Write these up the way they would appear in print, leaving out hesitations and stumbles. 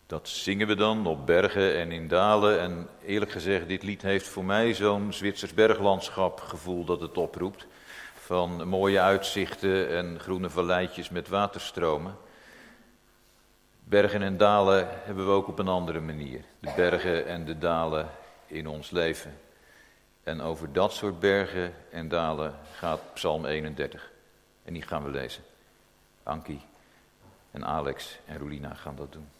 Dat zingen we dan op bergen en in dalen. En eerlijk gezegd, dit lied heeft voor mij zo'n Zwitsers berglandschap gevoel dat het oproept. Van mooie uitzichten en groene valleitjes met waterstromen. Bergen en dalen hebben we ook op een andere manier. De bergen en de dalen in ons leven. En over dat soort bergen en dalen gaat Psalm 31. En die gaan we lezen. Ankie en Alex en Roelina gaan dat doen.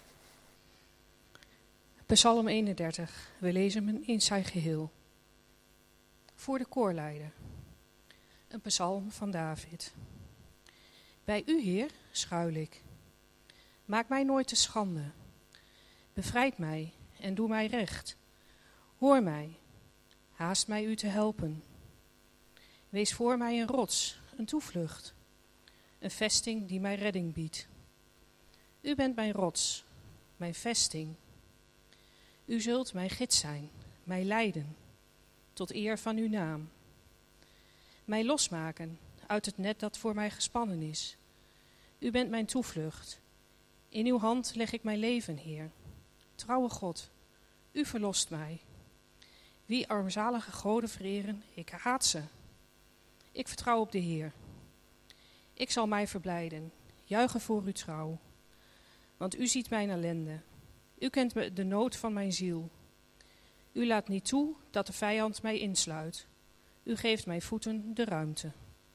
Psalm 31. We lezen hem in zijn geheel. Voor de koorleider. Een psalm van David. Bij u, Heer, schuil ik. Maak mij nooit te schande. Bevrijd mij en doe mij recht. Hoor mij. Haast mij u te helpen. Wees voor mij een rots, een toevlucht. Een vesting die mij redding biedt. U bent mijn rots, mijn vesting. U zult mijn gids zijn, mij leiden, tot eer van uw naam. Mij losmaken uit het net dat voor mij gespannen is. U bent mijn toevlucht. In uw hand leg ik mijn leven, Heer. Trouwe God, u verlost mij. Wie armzalige goden vereren, ik haat ze. Ik vertrouw op de Heer. Ik zal mij verblijden, juichen voor uw trouw. Want u ziet mijn ellende. U kent de nood van mijn ziel. U laat niet toe dat de vijand mij insluit. U geeft mijn voeten de ruimte.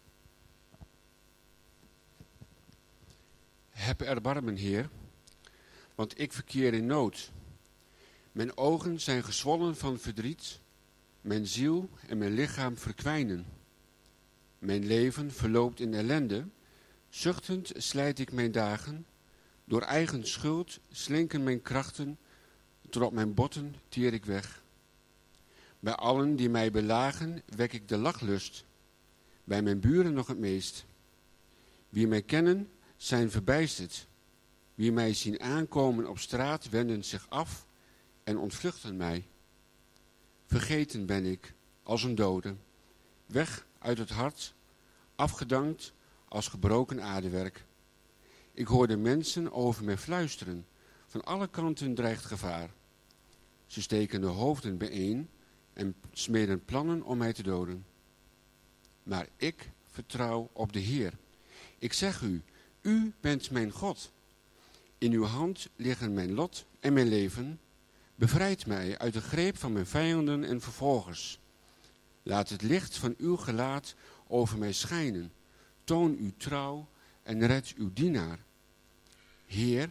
Heb erbarmen, Heer, want ik verkeer in nood. Mijn ogen zijn gezwollen van verdriet. Mijn ziel en mijn lichaam verkwijnen. Mijn leven verloopt in ellende. Zuchtend slijt ik mijn dagen. Door eigen schuld slinken mijn krachten. Tot op mijn botten teer ik weg. Bij allen die mij belagen wek ik de lachlust. Bij mijn buren nog het meest. Wie mij kennen zijn verbijsterd. Wie mij zien aankomen op straat wenden zich af en ontvluchten mij. Vergeten ben ik als een dode. Weg uit het hart, afgedankt als gebroken aardewerk. Ik hoor de mensen over mij fluisteren. Van alle kanten dreigt gevaar. Ze steken de hoofden bijeen en smeden plannen om mij te doden. Maar ik vertrouw op de Heer. Ik zeg u, u bent mijn God. In uw hand liggen mijn lot en mijn leven. Bevrijd mij uit de greep van mijn vijanden en vervolgers. Laat het licht van uw gelaat over mij schijnen. Toon uw trouw en red uw dienaar. Heer,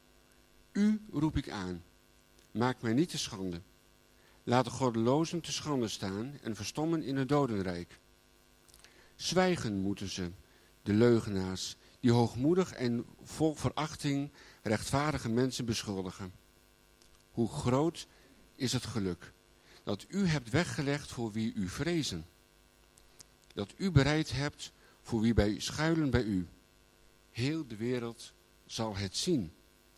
u roep ik aan. Maak mij niet te schande. Laat de goddelozen te schande staan en verstommen in het dodenrijk. Zwijgen moeten ze, de leugenaars, die hoogmoedig en vol verachting rechtvaardige mensen beschuldigen. Hoe groot is het geluk dat u hebt weggelegd voor wie u vrezen. Dat u bereid hebt voor wie bij u schuilen bij u. Heel de wereld zal het zien.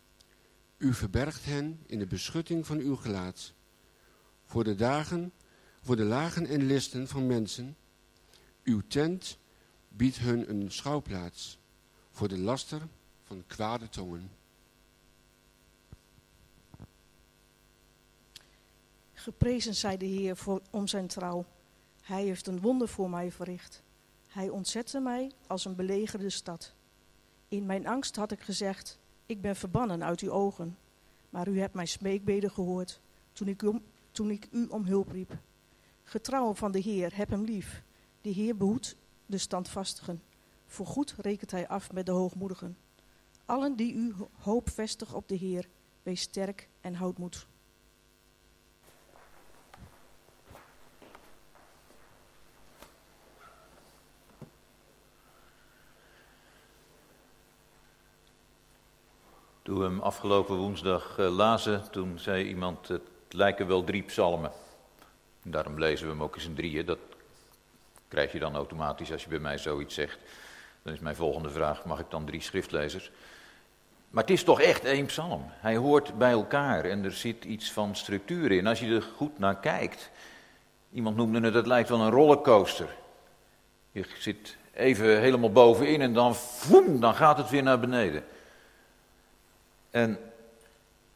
U verbergt hen in de beschutting van uw gelaat. Voor de lagen en listen van mensen. Uw tent biedt hun een schouwplaats. Voor de laster van kwade tongen. Geprezen zij de Heer om zijn trouw. Hij heeft een wonder voor mij verricht. Hij ontzette mij als een belegerde stad. In mijn angst had ik gezegd, ik ben verbannen uit uw ogen. Maar u hebt mijn smeekbeden gehoord toen ik u om hulp riep. Getrouwen van de Heer, heb hem lief. De Heer behoedt de standvastigen. Voorgoed rekent hij af met de hoogmoedigen. Allen die uw hoop vestigen op de Heer, wees sterk en houd moed. Toen we hem afgelopen woensdag lazen, toen zei iemand, het lijken wel 3 psalmen. En daarom lezen we hem ook eens in 3. Dat krijg je dan automatisch als je bij mij zoiets zegt. Dan is mijn volgende vraag, mag ik dan 3 schriftlezers? Maar het is toch echt 1 psalm. Hij hoort bij elkaar en er zit iets van structuur in. Als je er goed naar kijkt, iemand noemde het lijkt wel een rollercoaster. Je zit even helemaal bovenin en dan, voem, dan gaat het weer naar beneden. En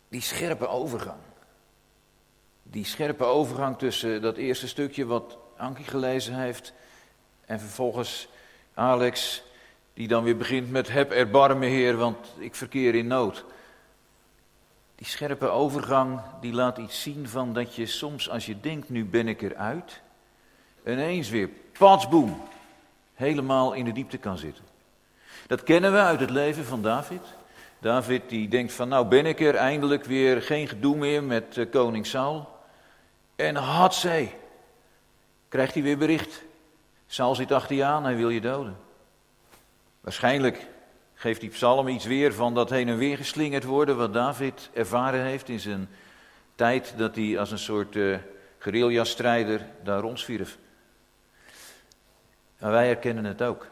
die scherpe overgang. Die scherpe overgang tussen dat eerste stukje wat Ankie gelezen heeft en vervolgens Alex die dan weer begint met heb erbarmen Heer, want ik verkeer in nood. Die scherpe overgang die laat iets zien van dat je soms als je denkt nu ben ik eruit, ineens weer patsboem, helemaal in de diepte kan zitten. Dat kennen we uit het leven van David. David die denkt van nou ben ik er, eindelijk weer geen gedoe meer met koning Saul. En hatsé, krijgt hij weer bericht. Saul zit achter je aan, hij wil je doden. Waarschijnlijk geeft die psalm iets weer van dat heen en weer geslingerd worden wat David ervaren heeft in zijn tijd dat hij als een soort guerrilla-strijder daar rondzwierf. Maar wij herkennen het ook.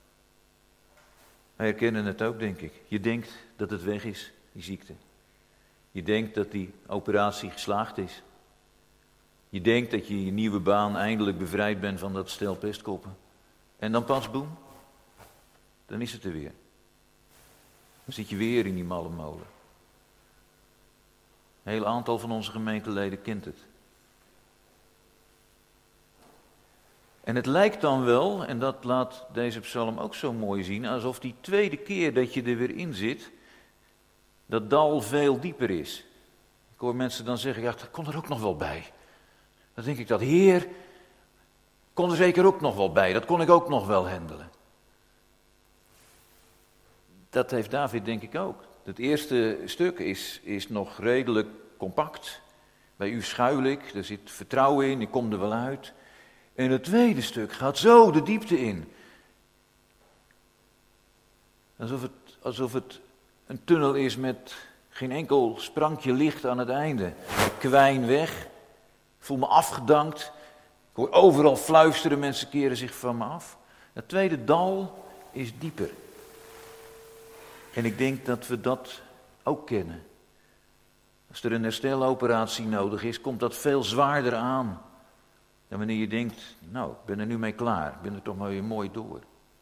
Wij herkennen het ook, denk ik. Je denkt dat het weg is, die ziekte. Je denkt dat die operatie geslaagd is. Je denkt dat je je nieuwe baan eindelijk bevrijd bent van dat stel pestkoppen. En dan pas boem, dan is het er weer. Dan zit je weer in die malle molen. Een heel aantal van onze gemeenteleden kent het. En het lijkt dan wel, en dat laat deze psalm ook zo mooi zien, alsof die tweede keer dat je er weer in zit, dat dal veel dieper is. Ik hoor mensen dan zeggen, ja, dat komt er ook nog wel bij. Dan denk ik dat, Heer, kon er zeker ook nog wel bij, dat kon ik ook nog wel handelen. Dat heeft David denk ik ook. Het eerste stuk is nog redelijk compact. Bij u schuil ik, er zit vertrouwen in, ik kom er wel uit. En het tweede stuk gaat zo de diepte in. Alsof het een tunnel is met geen enkel sprankje licht aan het einde. Ik kwijn weg, ik voel me afgedankt. Ik hoor overal fluisteren, mensen keren zich van me af. Het tweede dal is dieper. En ik denk dat we dat ook kennen. Als er een hersteloperatie nodig is, komt dat veel zwaarder aan. Dan wanneer je denkt, nou, ik ben er nu mee klaar. Ik ben er toch maar weer mooi door.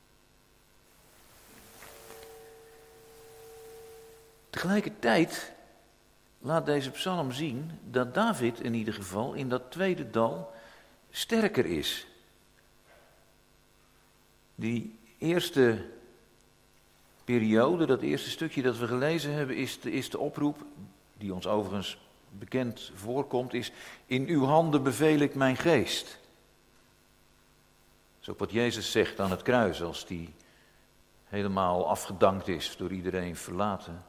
Tegelijkertijd laat deze psalm zien dat David in ieder geval in dat tweede dal sterker is. Die eerste periode, dat eerste stukje dat we gelezen hebben, is de oproep, die ons overigens bekend voorkomt, is in uw handen beveel ik mijn geest. Dat is ook wat Jezus zegt aan het kruis als die helemaal afgedankt is, door iedereen verlaten.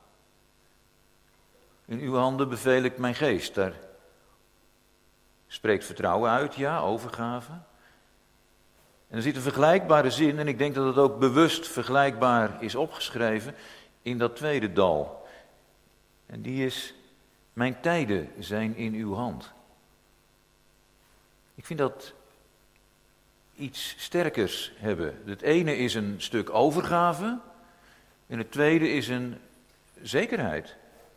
In uw handen beveel ik mijn geest. Daar spreekt vertrouwen uit, ja, overgave. En er zit een vergelijkbare zin, en ik denk dat het ook bewust vergelijkbaar is opgeschreven, in dat tweede dal. En die is, mijn tijden zijn in uw hand. Ik vind dat iets sterkers hebben. Het ene is een stuk overgave, en het tweede is een zekerheid.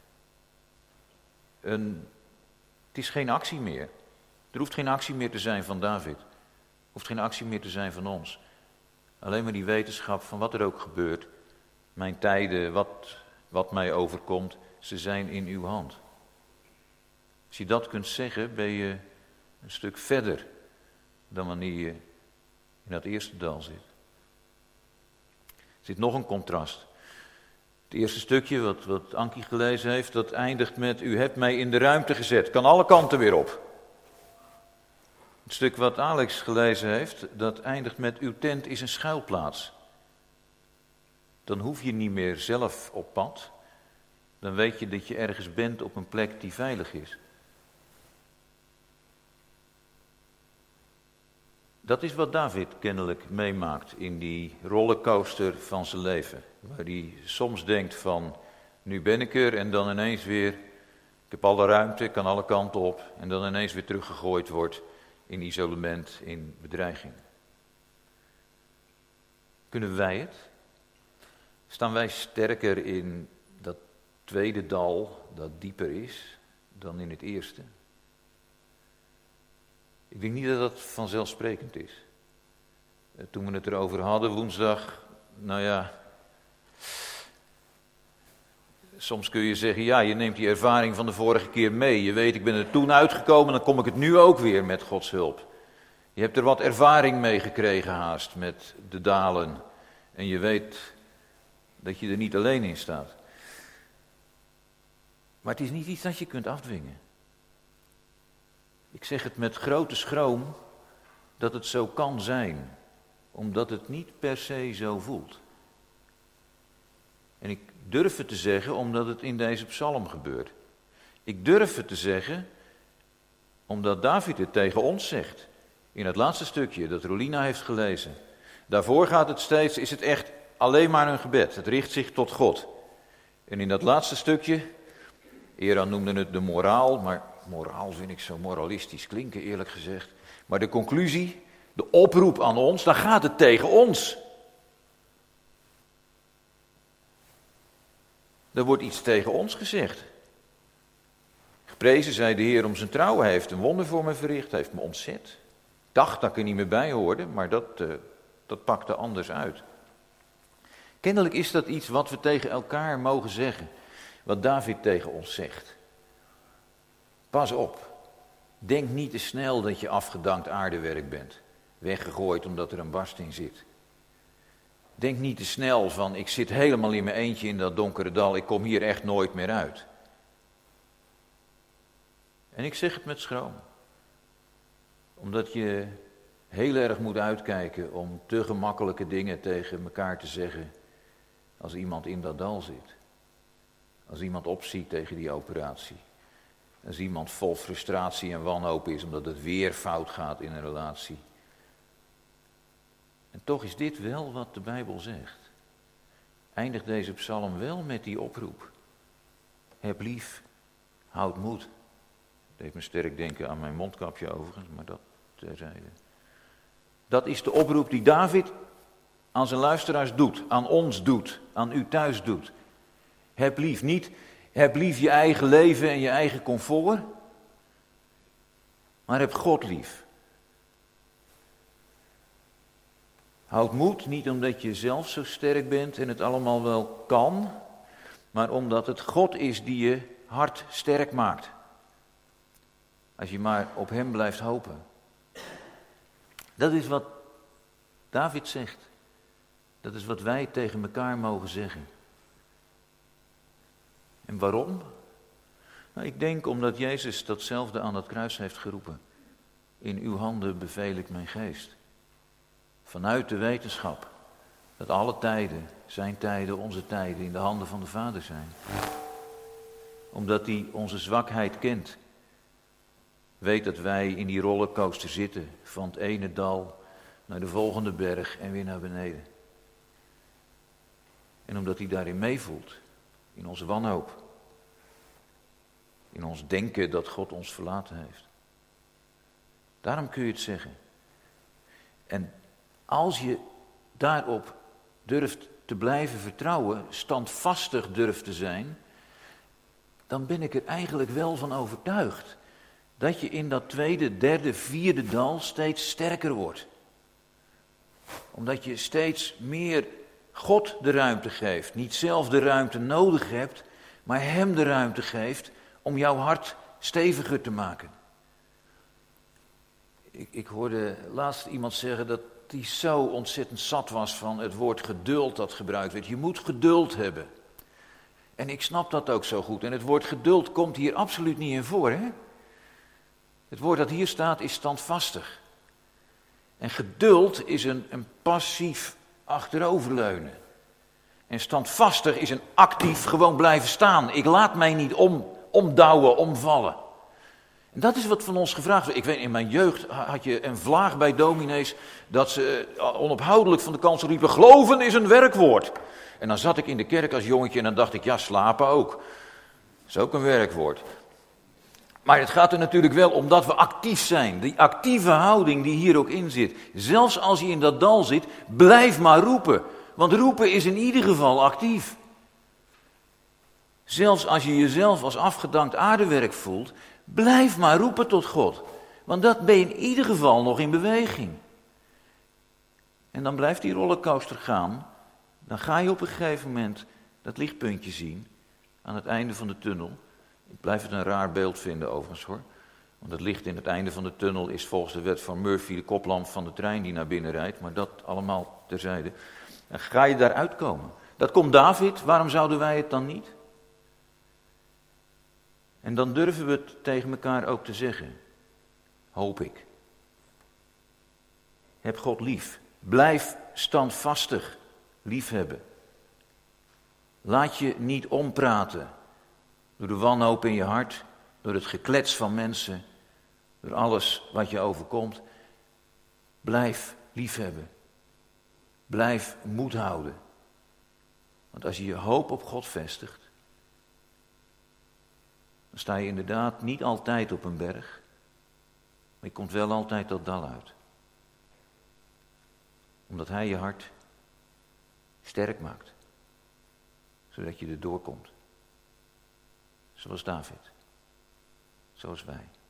Het is geen actie meer. Er hoeft geen actie meer te zijn van David. Er hoeft geen actie meer te zijn van ons. Alleen maar die wetenschap van wat er ook gebeurt. Mijn tijden, wat mij overkomt, ze zijn in uw hand. Als je dat kunt zeggen, ben je een stuk verder dan wanneer je in dat eerste dal zit. Er zit nog een contrast. Het eerste stukje wat Ankie gelezen heeft, dat eindigt met u hebt mij in de ruimte gezet. Kan alle kanten weer op. Het stuk wat Alex gelezen heeft, dat eindigt met uw tent is een schuilplaats. Dan hoef je niet meer zelf op pad. Dan weet je dat je ergens bent op een plek die veilig is. Dat is wat David kennelijk meemaakt in die rollercoaster van zijn leven. Waar hij soms denkt van, nu ben ik er en dan ineens weer, ik heb alle ruimte, ik kan alle kanten op. En dan ineens weer teruggegooid wordt in isolement, in bedreiging. Kunnen wij het? Staan wij sterker in dat tweede dal dat dieper is dan in het eerste? Ik denk niet dat dat vanzelfsprekend is. Toen we het erover hadden woensdag, nou ja, soms kun je zeggen, ja, je neemt die ervaring van de vorige keer mee. Je weet, ik ben er toen uitgekomen, dan kom ik het nu ook weer met Gods hulp. Je hebt er wat ervaring mee gekregen haast met de dalen. En je weet dat je er niet alleen in staat. Maar het is niet iets dat je kunt afdwingen. Ik zeg het met grote schroom dat het zo kan zijn. Omdat het niet per se zo voelt. En ik durf het te zeggen omdat het in deze psalm gebeurt. Ik durf het te zeggen omdat David het tegen ons zegt. In het laatste stukje dat Rolina heeft gelezen. Daarvoor gaat het steeds, is het echt alleen maar een gebed. Het richt zich tot God. En in dat laatste stukje, Era noemde het de moraal, maar moraal vind ik zo moralistisch klinken eerlijk gezegd. Maar de conclusie, de oproep aan ons, dan gaat het tegen ons. Er wordt iets tegen ons gezegd. Geprezen zij de Heer om zijn trouw, hij heeft een wonder voor me verricht, hij heeft me ontzet. Ik dacht dat ik er niet meer bij hoorde, maar dat pakte anders uit. Kennelijk is dat iets wat we tegen elkaar mogen zeggen, wat David tegen ons zegt. Pas op, denk niet te snel dat je afgedankt aardewerk bent, weggegooid omdat er een barst in zit. Denk niet te snel van, ik zit helemaal in mijn eentje in dat donkere dal, ik kom hier echt nooit meer uit. En ik zeg het met schroom. Omdat je heel erg moet uitkijken om te gemakkelijke dingen tegen elkaar te zeggen als iemand in dat dal zit. Als iemand opziet tegen die operatie. Als iemand vol frustratie en wanhoop is omdat het weer fout gaat in een relatie. En toch is dit wel wat de Bijbel zegt. Eindigt deze psalm wel met die oproep. Heb lief, houd moed. Het deed me sterk denken aan mijn mondkapje overigens, maar dat terzijde. Dat is de oproep die David aan zijn luisteraars doet, aan ons doet, aan u thuis doet. Heb lief, niet heb lief je eigen leven en je eigen comfort, maar heb God lief. Houd moed, niet omdat je zelf zo sterk bent en het allemaal wel kan, maar omdat het God is die je hart sterk maakt. Als je maar op hem blijft hopen. Dat is wat David zegt. Dat is wat wij tegen elkaar mogen zeggen. En waarom? Nou, ik denk omdat Jezus datzelfde aan het kruis heeft geroepen. In uw handen beveel ik mijn geest. Vanuit de wetenschap dat alle tijden, zijn tijden, onze tijden, in de handen van de Vader zijn. Omdat hij onze zwakheid kent. Weet dat wij in die rollercoaster zitten, van het ene dal naar de volgende berg en weer naar beneden. En omdat hij daarin meevoelt, in onze wanhoop. In ons denken dat God ons verlaten heeft. Daarom kun je het zeggen. En als je daarop durft te blijven vertrouwen, standvastig durft te zijn, dan ben ik er eigenlijk wel van overtuigd dat je in dat tweede, derde, vierde dal steeds sterker wordt. Omdat je steeds meer God de ruimte geeft. Niet zelf de ruimte nodig hebt, maar hem de ruimte geeft om jouw hart steviger te maken. Ik hoorde laatst iemand zeggen dat hij zo ontzettend zat was van het woord geduld dat gebruikt werd. Je moet geduld hebben. En ik snap dat ook zo goed. En het woord geduld komt hier absoluut niet in voor, hè? Het woord dat hier staat is standvastig. En geduld is een passief achteroverleunen. En standvastig is een actief gewoon blijven staan. Ik laat mij niet omdouwen, omvallen. En dat is wat van ons gevraagd wordt. Ik weet, in mijn jeugd had je een vlaag bij dominees dat ze onophoudelijk van de kansel riepen, geloven is een werkwoord. En dan zat ik in de kerk als jongetje en dan dacht ik, ja, slapen ook. Dat is ook een werkwoord. Maar het gaat er natuurlijk wel om dat we actief zijn. Die actieve houding die hier ook in zit. Zelfs als je in dat dal zit, blijf maar roepen. Want roepen is in ieder geval actief. Zelfs als je jezelf als afgedankt aardewerk voelt, blijf maar roepen tot God. Want dat ben je in ieder geval nog in beweging. En dan blijft die rollercoaster gaan. Dan ga je op een gegeven moment dat lichtpuntje zien. aan het einde van de tunnel. Ik blijf het een raar beeld vinden overigens hoor. Want het licht in het einde van de tunnel is volgens de wet van Murphy de koplamp van de trein die naar binnen rijdt. Maar dat allemaal terzijde. En ga je daaruit komen? Dat komt David, waarom zouden wij het dan niet? En dan durven we het tegen elkaar ook te zeggen. Hoop ik. Heb God lief. Blijf standvastig liefhebben. Laat je niet ompraten door de wanhoop in je hart, door het geklets van mensen, door alles wat je overkomt. Blijf liefhebben. Blijf moed houden. Want als je je hoop op God vestigt, dan sta je inderdaad niet altijd op een berg, maar je komt wel altijd dat dal uit. Omdat hij je hart sterk maakt, zodat je er doorkomt. Zoals David, zoals wij.